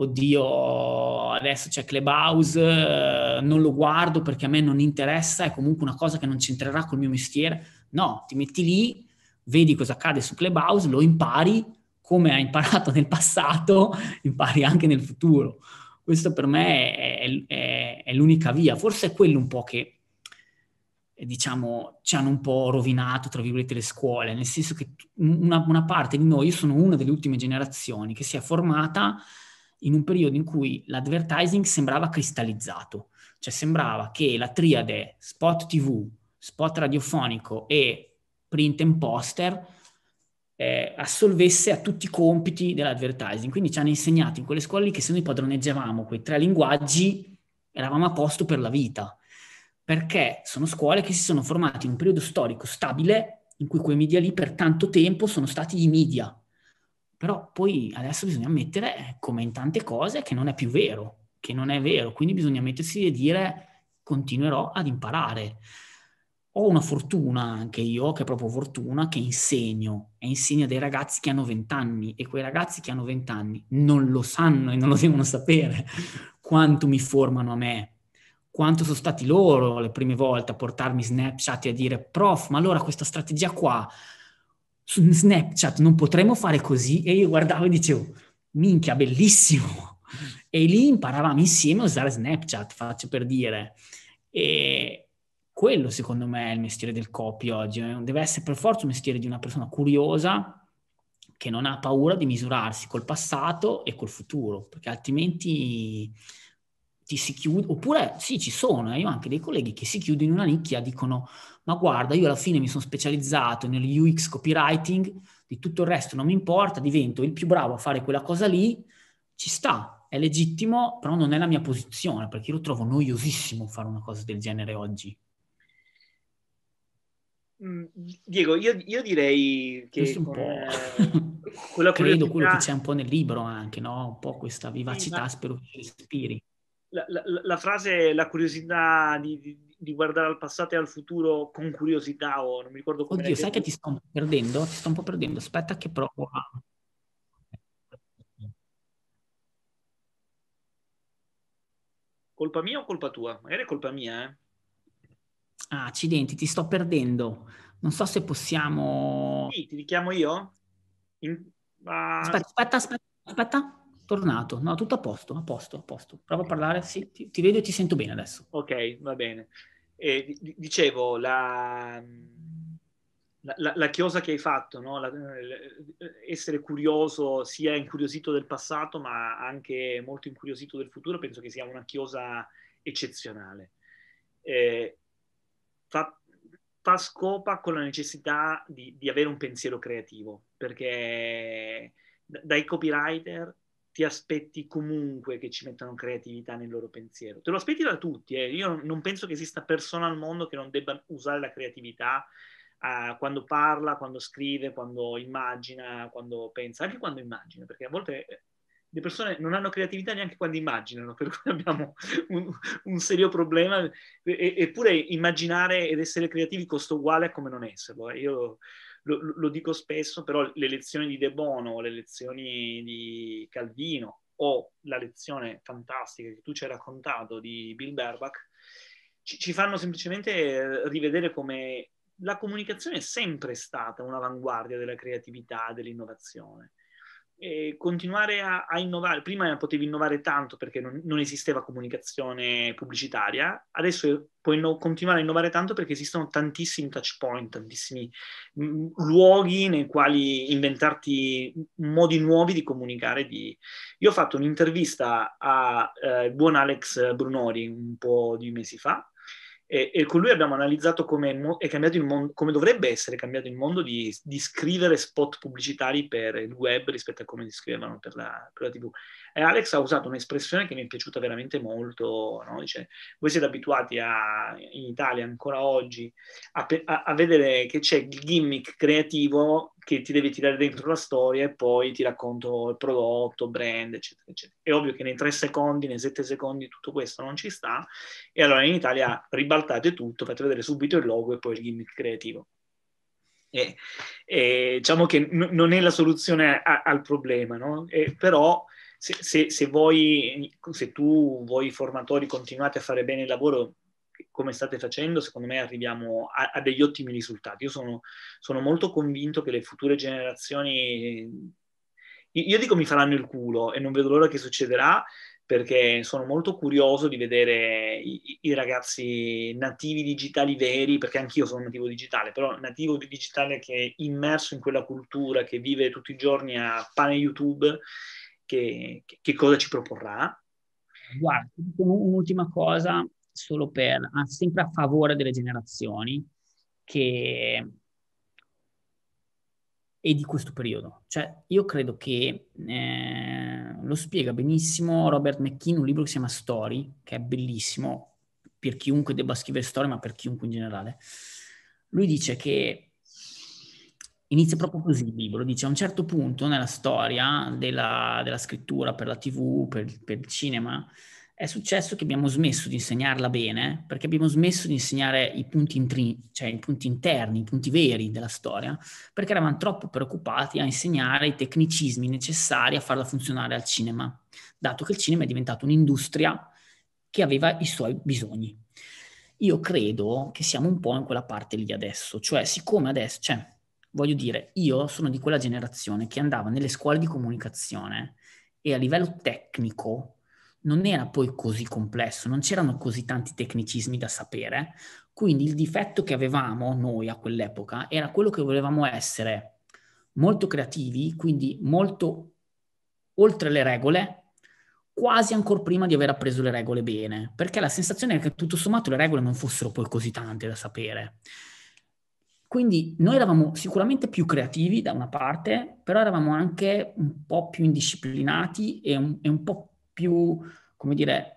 oddio adesso c'è Clubhouse, eh, non lo guardo perché a me non interessa, è comunque una cosa che non c'entrerà col mio mestiere. No, ti metti lì, vedi cosa accade su Clubhouse, lo impari, come hai imparato nel passato, impari anche nel futuro. Questo per me è, è, è l'unica via, forse è quello un po' che diciamo, ci hanno un po' rovinato, tra virgolette, le scuole, nel senso che una, una parte di noi, io sono una delle ultime generazioni che si è formata in un periodo in cui l'advertising sembrava cristallizzato, cioè sembrava che la triade spot tivù, spot radiofonico e print and poster eh, assolvesse a tutti i compiti dell'advertising. Quindi ci hanno insegnato in quelle scuole lì che se noi padroneggiavamo quei tre linguaggi eravamo a posto per la vita. perché sono scuole che si sono formate in un periodo storico stabile in cui quei media lì per tanto tempo sono stati i media. Però poi adesso bisogna ammettere, come in tante cose, che non è più vero, che non è vero. Quindi bisogna mettersi e dire continuerò ad imparare. Ho una fortuna anche io, che è proprio fortuna, che insegno e insegno a dei ragazzi che hanno venti anni e quei ragazzi che hanno venti anni non lo sanno e non lo devono sapere quanto mi formano a me, quanto sono stati loro le prime volte a portarmi Snapchat e a dire prof, ma allora questa strategia qua su Snapchat non potremmo fare così? E io guardavo e dicevo minchia, bellissimo! E lì imparavamo insieme a usare Snapchat, faccio per dire. E quello secondo me è il mestiere del copy oggi. Deve essere per forza un mestiere di una persona curiosa che non ha paura di misurarsi col passato e col futuro, perché altrimenti ti si chiude. Oppure sì, ci sono, eh, io ho anche dei colleghi che si chiudono in una nicchia, dicono ma guarda, io alla fine mi sono specializzato nel U X copywriting, di tutto il resto non mi importa, divento il più bravo a fare quella cosa lì, ci sta, è legittimo, però non è la mia posizione, perché io lo trovo noiosissimo fare una cosa del genere oggi. Diego, io, io direi che Questo è un con, po'... eh, con la credo quello che curiosità, c'è un po' nel libro anche, no? Un po' questa sì, vivacità, ma spero che respiri. la, la- la frase, la curiosità di, di- di guardare al passato e al futuro con curiosità, o non mi ricordo come l'hai Oddio, sai che detto. ti sto un po' perdendo? Ti sto un po' perdendo, aspetta che provo a... Colpa mia o colpa tua? Magari è colpa mia, eh. Ah, accidenti, ti sto perdendo. Non so se possiamo... Sì, ti richiamo io? In- ma- Aspetta, aspetta, aspetta, aspetta. Tornato. No, tutto a posto, a posto, a posto. Provo a parlare, sì, ti, ti vedo e ti sento bene adesso. Ok, va bene. Eh, di- di- dicevo, la, la, la- la chiosa che hai fatto, no? La- essere curioso, sia incuriosito del passato, ma anche molto incuriosito del futuro, penso che sia una chiosa eccezionale. Eh, fa, fa scopa con la necessità di, di avere un pensiero creativo, perché d- dai copywriter ti aspetti comunque che ci mettano creatività nel loro pensiero. Te lo aspetti da tutti, eh. Io non penso che esista persona al mondo che non debba usare la creatività uh, quando parla, quando scrive, quando immagina, quando pensa, anche quando immagina, perché a volte le persone non hanno creatività neanche quando immaginano, per cui abbiamo un, un serio problema. E, eppure immaginare ed essere creativi costa uguale a come non esserlo. Eh. Io lo, lo, dico spesso, però le lezioni di De Bono, le lezioni di Calvino o la lezione fantastica che tu ci hai raccontato di Bill Bernbach ci, ci fanno semplicemente rivedere come la comunicazione è sempre stata un'avanguardia della creatività, dell'innovazione. E continuare a, a, innovare. Prima potevi innovare tanto perché non, non esisteva comunicazione pubblicitaria, adesso puoi no, continuare a innovare tanto perché esistono tantissimi touch point, tantissimi mh, luoghi nei quali inventarti modi nuovi di comunicare. Di... Io ho fatto un'intervista al eh, buon Alex Brunori un po' di mesi fa, e, e con lui abbiamo analizzato come è cambiato il mondo, come dovrebbe essere cambiato il mondo di, di scrivere spot pubblicitari per il web rispetto a come li scrivevano per la, per la tivù. E Alex ha usato un'espressione che mi è piaciuta veramente molto, no? Dice, voi siete abituati a, in Italia ancora oggi a, a, a vedere che c'è il gimmick creativo che ti devi tirare dentro la storia e poi ti racconto il prodotto, brand, eccetera, eccetera. È ovvio che nei tre secondi, nei sette secondi tutto questo non ci sta, e allora in Italia ribaltate tutto, fate vedere subito il logo e poi il gimmick creativo. E, e diciamo che n- non è la soluzione a- al problema, no? E, però se, se, se, voi, se tu, voi formatori continuate a fare bene il lavoro come state facendo, secondo me arriviamo a, a degli ottimi risultati. Io sono, sono molto convinto che le future generazioni, io dico mi faranno il culo e non vedo l'ora che succederà, perché sono molto curioso di vedere i, i ragazzi nativi digitali veri, perché anch'io sono nativo digitale, però nativo digitale che è immerso in quella cultura, che vive tutti i giorni a pane YouTube, che, che, che cosa ci proporrà. Guarda, ti dico un'ultima cosa, solo per, sempre a favore delle generazioni, che e di questo periodo. Cioè, io credo che eh, lo spiega benissimo Robert McKean, un libro che si chiama Story, che è bellissimo, per chiunque debba scrivere storia, ma per chiunque in generale. Lui dice che inizia proprio così il libro, dice a un certo punto nella storia della, della scrittura per la tivù, per, per il cinema, è successo che abbiamo smesso di insegnarla bene, perché abbiamo smesso di insegnare i punti, intri- cioè i punti interni, i punti veri della storia, perché eravamo troppo preoccupati a insegnare i tecnicismi necessari a farla funzionare al cinema, dato che il cinema è diventato un'industria che aveva i suoi bisogni. Io credo che siamo un po' in quella parte lì adesso, cioè siccome adesso, cioè, voglio dire, io sono di quella generazione che andava nelle scuole di comunicazione e a livello tecnico non era poi così complesso, non c'erano così tanti tecnicismi da sapere, quindi il difetto che avevamo noi a quell'epoca era quello che volevamo essere molto creativi, quindi molto oltre le regole, quasi ancora prima di aver appreso le regole bene, perché la sensazione è che tutto sommato le regole non fossero poi così tante da sapere. Quindi noi eravamo sicuramente più creativi da una parte, però eravamo anche un po' più indisciplinati e un, e un po' più, come dire,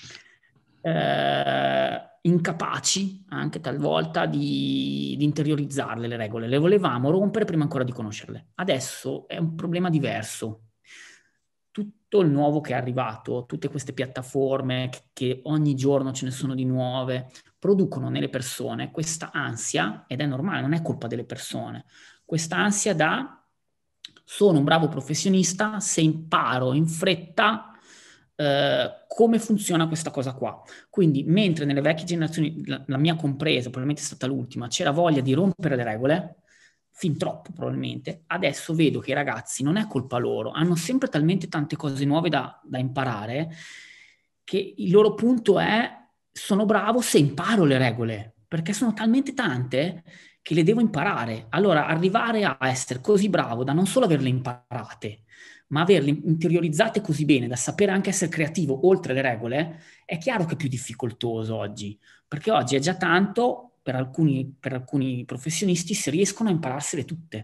eh, incapaci anche talvolta di, di interiorizzarle le regole. Le volevamo rompere prima ancora di conoscerle. Adesso è un problema diverso. Tutto il nuovo che è arrivato, tutte queste piattaforme che, che ogni giorno ce ne sono di nuove, producono nelle persone questa ansia, ed è normale, non è colpa delle persone, questa ansia da sono un bravo professionista se imparo in fretta eh, come funziona questa cosa qua. Quindi mentre nelle vecchie generazioni, la, la mia compresa, probabilmente è stata l'ultima, c'era voglia di rompere le regole, fin troppo probabilmente, adesso vedo che i ragazzi non è colpa loro, hanno sempre talmente tante cose nuove da, da imparare che il loro punto è sono bravo se imparo le regole, perché sono talmente tante che le devo imparare. Allora, arrivare a essere così bravo da non solo averle imparate, ma averle interiorizzate così bene, da sapere anche essere creativo oltre le regole, è chiaro che è più difficoltoso oggi, perché oggi è già tanto, per alcuni, per alcuni professionisti si riescono a impararsele tutte.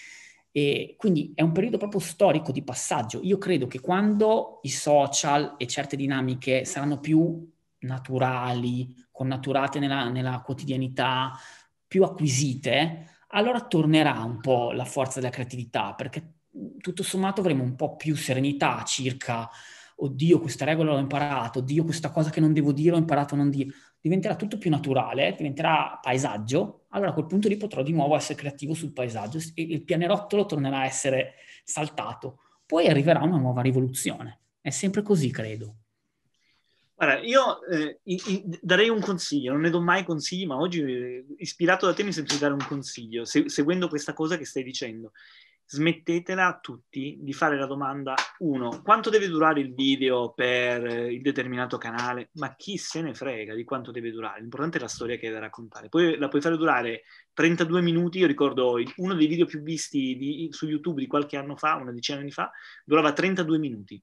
E quindi è un periodo proprio storico di passaggio. Io credo che quando i social e certe dinamiche saranno più naturali, connaturate nella, nella quotidianità, più acquisite, allora tornerà un po' la forza della creatività, perché tutto sommato avremo un po' più serenità circa, oddio, questa regola l'ho imparato, oddio, questa cosa che non devo dire ho imparato a non dire. Diventerà tutto più naturale, diventerà paesaggio, allora a quel punto lì potrò di nuovo essere creativo sul paesaggio e il pianerottolo tornerà a essere saltato. Poi arriverà una nuova rivoluzione. È sempre così, credo. Guarda, io eh, i- i- darei un consiglio, non ne do mai consigli, ma oggi, eh, ispirato da te, mi sento di dare un consiglio, se- seguendo questa cosa che stai dicendo. Smettetela tutti di fare la domanda, uno, quanto deve durare il video per eh, il determinato canale? Ma chi se ne frega di quanto deve durare? L'importante è la storia che hai da raccontare. Poi la puoi fare durare trentadue minuti. Io ricordo il- uno dei video più visti di- su YouTube di qualche anno fa, una decina di anni fa, durava trentadue minuti.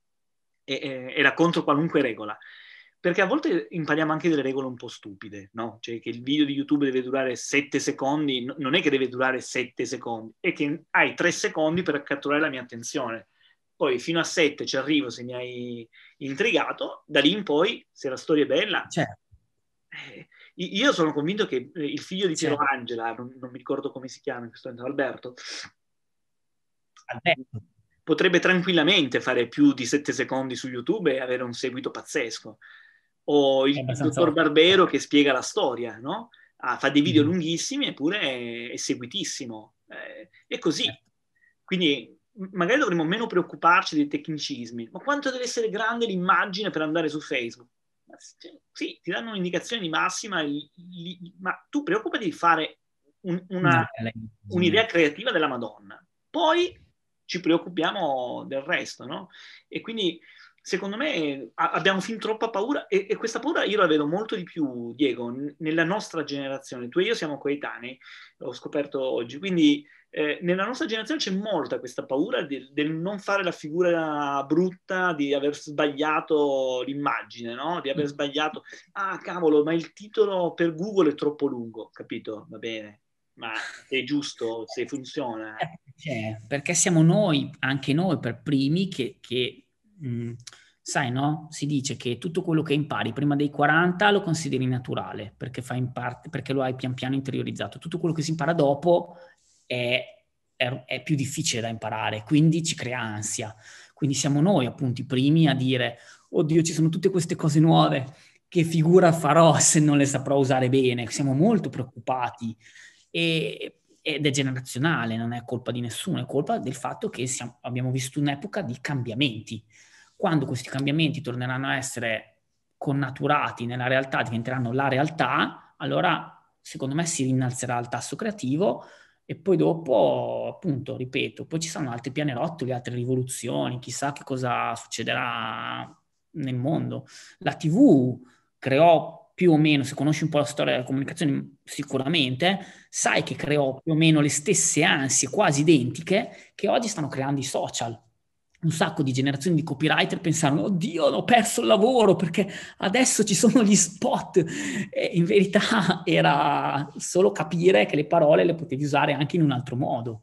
E- era contro qualunque regola. Perché a volte impariamo anche delle regole un po' stupide, no? Cioè che il video di YouTube deve durare sette secondi, no- non è che deve durare sette secondi, è che hai tre secondi per catturare la mia attenzione. Poi fino a sette ci arrivo se mi hai intrigato, da lì in poi, se la storia è bella. Certo, eh, io sono convinto che eh, il figlio di Piero certo. Angela, non, non mi ricordo come si chiama in questo momento, Alberto, Alberto, potrebbe tranquillamente fare più di sette secondi su YouTube e avere un seguito pazzesco. O è il, il abbastanza dottor ovvio. Barbero che spiega la storia, no? Ah, fa dei video Mhm. lunghissimi eppure è, è seguitissimo. Eh, è così. Certo. Quindi m- magari dovremmo meno preoccuparci dei tecnicismi. Ma quanto deve essere grande l'immagine per andare su Facebook? Ma s- sì, ti danno un'indicazione di massima, li- li- ma tu preoccupati di fare un- Una una- bella un'idea immagine. creativa della Madonna. Poi ci preoccupiamo del resto, no? E quindi secondo me a- abbiamo fin troppa paura e, e questa paura io la vedo molto di più, Diego, n- nella nostra generazione. Tu e io siamo coetanei, l'ho scoperto oggi, quindi eh, nella nostra generazione c'è molta questa paura del, del non fare la figura brutta, di aver sbagliato l'immagine, no? Di aver sbagliato, ah cavolo, ma il titolo per Google è troppo lungo, capito? Va bene, ma è giusto, se funziona. Eh, Perché, perché siamo noi, anche noi per primi, che, che mh, sai, no? Si dice che tutto quello che impari prima dei quaranta lo consideri naturale, perché, fa in parte, perché lo hai pian piano interiorizzato. Tutto quello che si impara dopo è, è, è più difficile da imparare, quindi ci crea ansia. Quindi siamo noi, appunto, i primi a dire, oddio, ci sono tutte queste cose nuove, che figura farò se non le saprò usare bene? Siamo molto preoccupati. E, ed è generazionale, non è colpa di nessuno, è colpa del fatto che siamo, abbiamo vissuto un'epoca di cambiamenti. Quando questi cambiamenti torneranno a essere connaturati nella realtà, diventeranno la realtà, allora secondo me si rinnalzerà il tasso creativo e poi dopo, appunto, ripeto, poi ci saranno altri pianerottoli, altre rivoluzioni, chissà che cosa succederà nel mondo. La T V creò più o meno, se conosci un po' la storia della comunicazione, sicuramente, sai che creò più o meno le stesse ansie quasi identiche che oggi stanno creando i social. Un sacco di generazioni di copywriter pensarono, oddio, ho perso il lavoro perché adesso ci sono gli spot. E in verità era solo capire che le parole le potevi usare anche in un altro modo.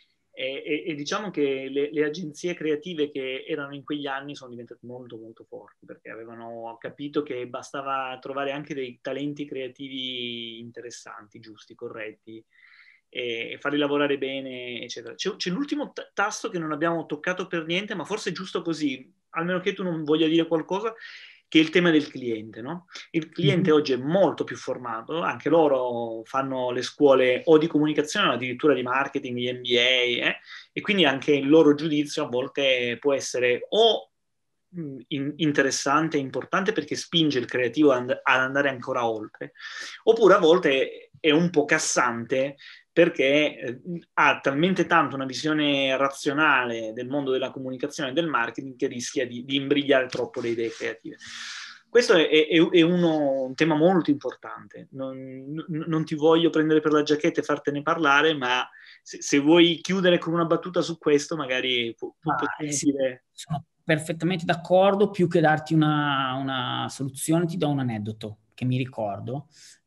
E, e, e diciamo che le, le agenzie creative che erano in quegli anni sono diventate molto molto forti, perché avevano capito che bastava trovare anche dei talenti creativi interessanti, giusti, corretti, e, e farli lavorare bene, eccetera. C'è, c'è l'ultimo t- tasto che non abbiamo toccato per niente, ma forse è giusto così, almeno che tu non voglia dire qualcosa, che è il tema del cliente, no? Il cliente Mhm. oggi è molto più formato, anche loro fanno le scuole o di comunicazione o addirittura di marketing, gli M B A, eh? E quindi anche il loro giudizio a volte può essere o mh, in- interessante e importante perché spinge il creativo ad, ad andare ancora oltre, oppure a volte è un po' cassante perché eh, ha talmente tanto una visione razionale del mondo della comunicazione e del marketing che rischia di, di imbrigliare troppo le idee creative. Questo è, è, è uno, un tema molto importante. Non, non ti voglio prendere per la giacchetta e fartene parlare, ma se, se vuoi chiudere con una battuta su questo, magari pu- pu- Ah, possiamo sì, dire... sono perfettamente d'accordo. Più che darti una, una soluzione, ti do un aneddoto che mi ricordo.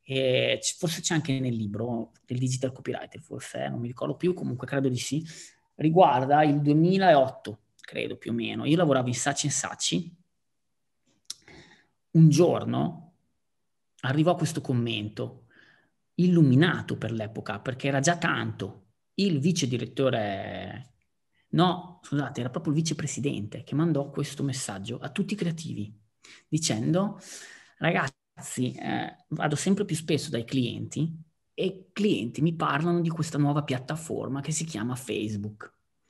E c- forse c'è anche nel libro del digital copywriter, forse, eh, non mi ricordo più, comunque credo di sì. Riguarda il duemilaotto, credo più o meno. Io lavoravo in Saatchi and Saatchi. Un giorno arrivò questo commento, illuminato per l'epoca, perché era già tanto. Il vice direttore, no, scusate, era proprio il vicepresidente che mandò questo messaggio a tutti i creativi, dicendo, ragazzi, eh, vado sempre più spesso dai clienti e i clienti mi parlano di questa nuova piattaforma che si chiama Facebook.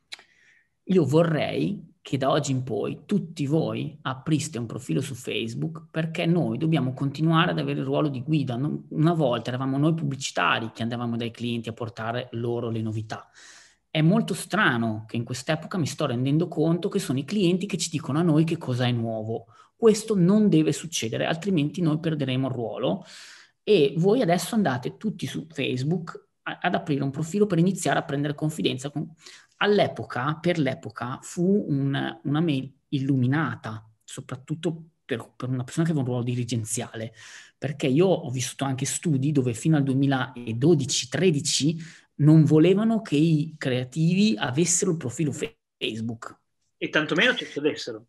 Io vorrei che da oggi in poi tutti voi apriste un profilo su Facebook perché noi dobbiamo continuare ad avere il ruolo di guida. Una volta eravamo noi pubblicitari che andavamo dai clienti a portare loro le novità. È molto strano che in quest'epoca mi sto rendendo conto che sono i clienti che ci dicono a noi che cosa è nuovo. Questo non deve succedere, altrimenti noi perderemo il ruolo e voi adesso andate tutti su Facebook ad aprire un profilo per iniziare a prendere confidenza con all'epoca, per l'epoca, fu un, una mail illuminata, soprattutto per, per una persona che aveva un ruolo dirigenziale, perché io ho vissuto anche studi dove fino al duemiladodici tredici non volevano che i creativi avessero il profilo Facebook. E tantomeno ci accedessero.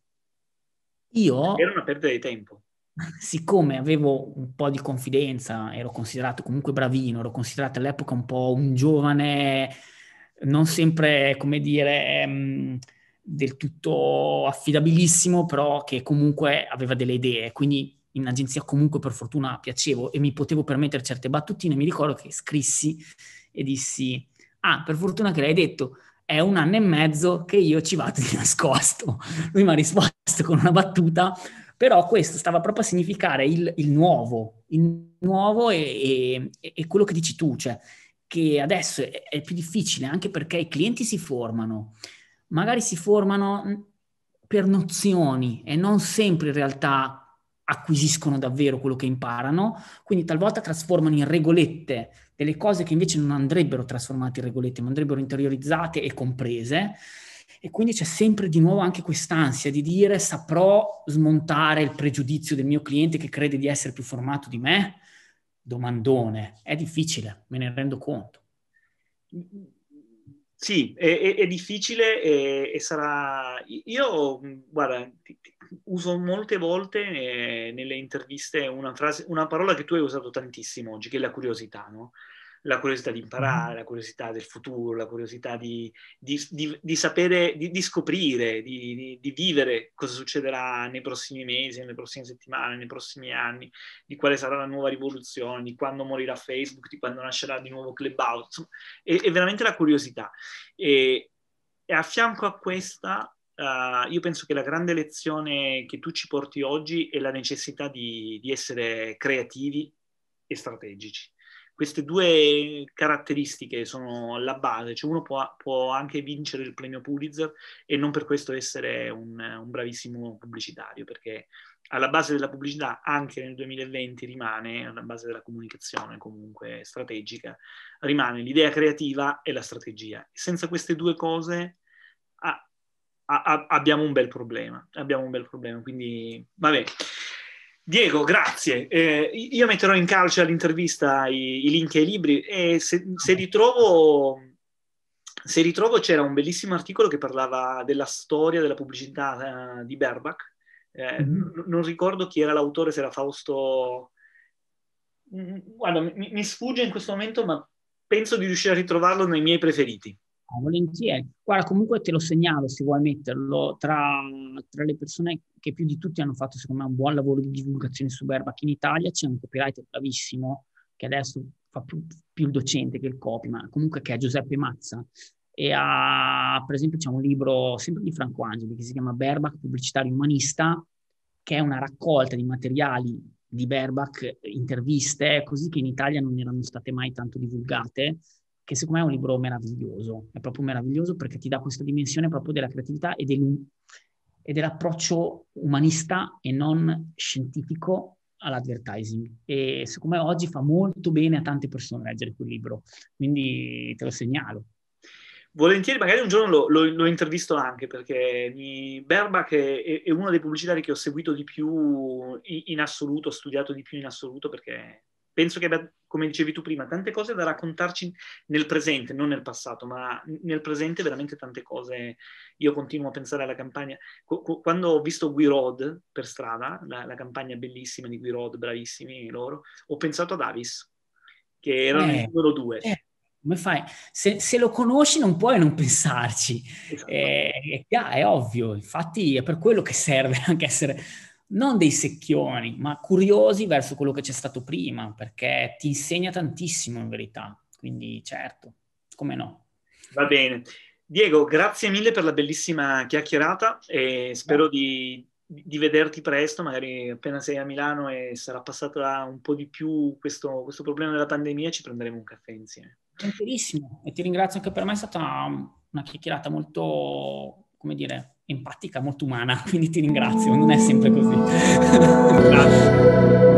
Era Io, una perdita di tempo. siccome avevo un po' di confidenza, ero considerato comunque bravino, ero considerato all'epoca un po' un giovane, non sempre, come dire, mh, del tutto affidabilissimo, però che comunque aveva delle idee, quindi in agenzia comunque per fortuna piacevo e mi potevo permettere certe battutine. Mi ricordo che scrissi e dissi, ah, per fortuna che l'hai detto, è un anno e mezzo che io ci vado di nascosto. Lui mi ha risposto con una battuta, però questo stava proprio a significare il, il nuovo, il nuovo e, e, e quello che dici tu, cioè che adesso è, è più difficile anche perché i clienti si formano, magari si formano per nozioni e non sempre in realtà acquisiscono davvero quello che imparano, quindi talvolta trasformano in regolette delle cose che invece non andrebbero trasformate in regolette, ma andrebbero interiorizzate e comprese. E quindi c'è sempre di nuovo anche quest'ansia di dire saprò smontare il pregiudizio del mio cliente che crede di essere più formato di me? Domandone, è difficile, me ne rendo conto. Sì, è, è- è difficile e, e sarà... Io, guarda, ti- ti- uso molte volte eh, nelle interviste una frase, una parola che tu hai usato tantissimo oggi, che è la curiosità, no? La curiosità di imparare, Mhm. la curiosità del futuro, la curiosità di, di- di- di sapere, di, di scoprire, di, di- di vivere cosa succederà nei prossimi mesi, nelle prossime settimane, nei prossimi anni, di quale sarà la nuova rivoluzione, di quando morirà Facebook, di quando nascerà di nuovo Clubhouse. Insomma, è, è veramente la curiosità. E, e a fianco a questa, uh, io penso che la grande lezione che tu ci porti oggi è la necessità di, di essere creativi e strategici. Queste due caratteristiche sono alla base, cioè uno può, può anche vincere il premio Pulitzer e non per questo essere un, un bravissimo pubblicitario, perché alla base della pubblicità anche nel duemilaventi rimane, alla base della comunicazione comunque strategica, rimane l'idea creativa e la strategia. Senza queste due cose ah, ah, abbiamo un bel problema. Abbiamo un bel problema. Quindi, vabbè. Diego, grazie. Eh, io metterò in calce all'intervista i, i link ai libri e se, se ritrovo, se ritrovo c'era un bellissimo articolo che parlava della storia della pubblicità eh, di Berbach. Eh, Mhm. n- non ricordo chi era l'autore, se era Fausto. Mm, Guarda, mi, mi sfugge in questo momento, ma penso di riuscire a ritrovarlo nei miei preferiti. Ah, volentieri. Guarda, comunque te lo segnalo se vuoi metterlo tra, tra le persone che più di tutti hanno fatto, secondo me, un buon lavoro di divulgazione su Verbach in Italia. C'è un copywriter bravissimo che adesso fa più, più il docente che il copy, ma comunque che è Giuseppe Mazza. E ha, per esempio, c'è un libro sempre di Franco Angeli che si chiama Verbach, pubblicitario umanista, che è una raccolta di materiali di Verbach, interviste, così che in Italia non erano state mai tanto divulgate, che secondo me è un libro meraviglioso, è proprio meraviglioso perché ti dà questa dimensione proprio della creatività e, del, e dell'approccio umanista e non scientifico all'advertising. E secondo me oggi fa molto bene a tante persone leggere quel libro, quindi te lo segnalo. Volentieri, magari un giorno lo, lo- lo intervisto anche perché mi, Berbach è, è uno dei pubblicitari che ho seguito di più in, in assoluto, ho studiato di più in assoluto perché penso che abbia, come dicevi tu prima, tante cose da raccontarci nel presente, non nel passato, ma nel presente veramente tante cose. Io continuo a pensare alla campagna. Qu- qu- quando ho visto We Road per strada, la, la campagna bellissima di We Road, bravissimi loro, ho pensato ad Avis, che erano il Eh, numero due. eh, come fai? Se, se lo conosci non puoi non pensarci. Esatto. Eh, è, chiaro, è ovvio, infatti è per quello che serve anche essere non dei secchioni, ma curiosi verso quello che c'è stato prima, perché ti insegna tantissimo in verità. Quindi certo, come no? Va bene. Diego, grazie mille per la bellissima chiacchierata e spero di, di vederti presto, magari appena sei a Milano e sarà passata un po' di più questo, questo problema della pandemia, ci prenderemo un caffè insieme. Volentierissimo, e ti ringrazio anche per me, è stata una chiacchierata molto, come dire, empatica, molto umana, quindi ti ringrazio, non è sempre così. Grazie.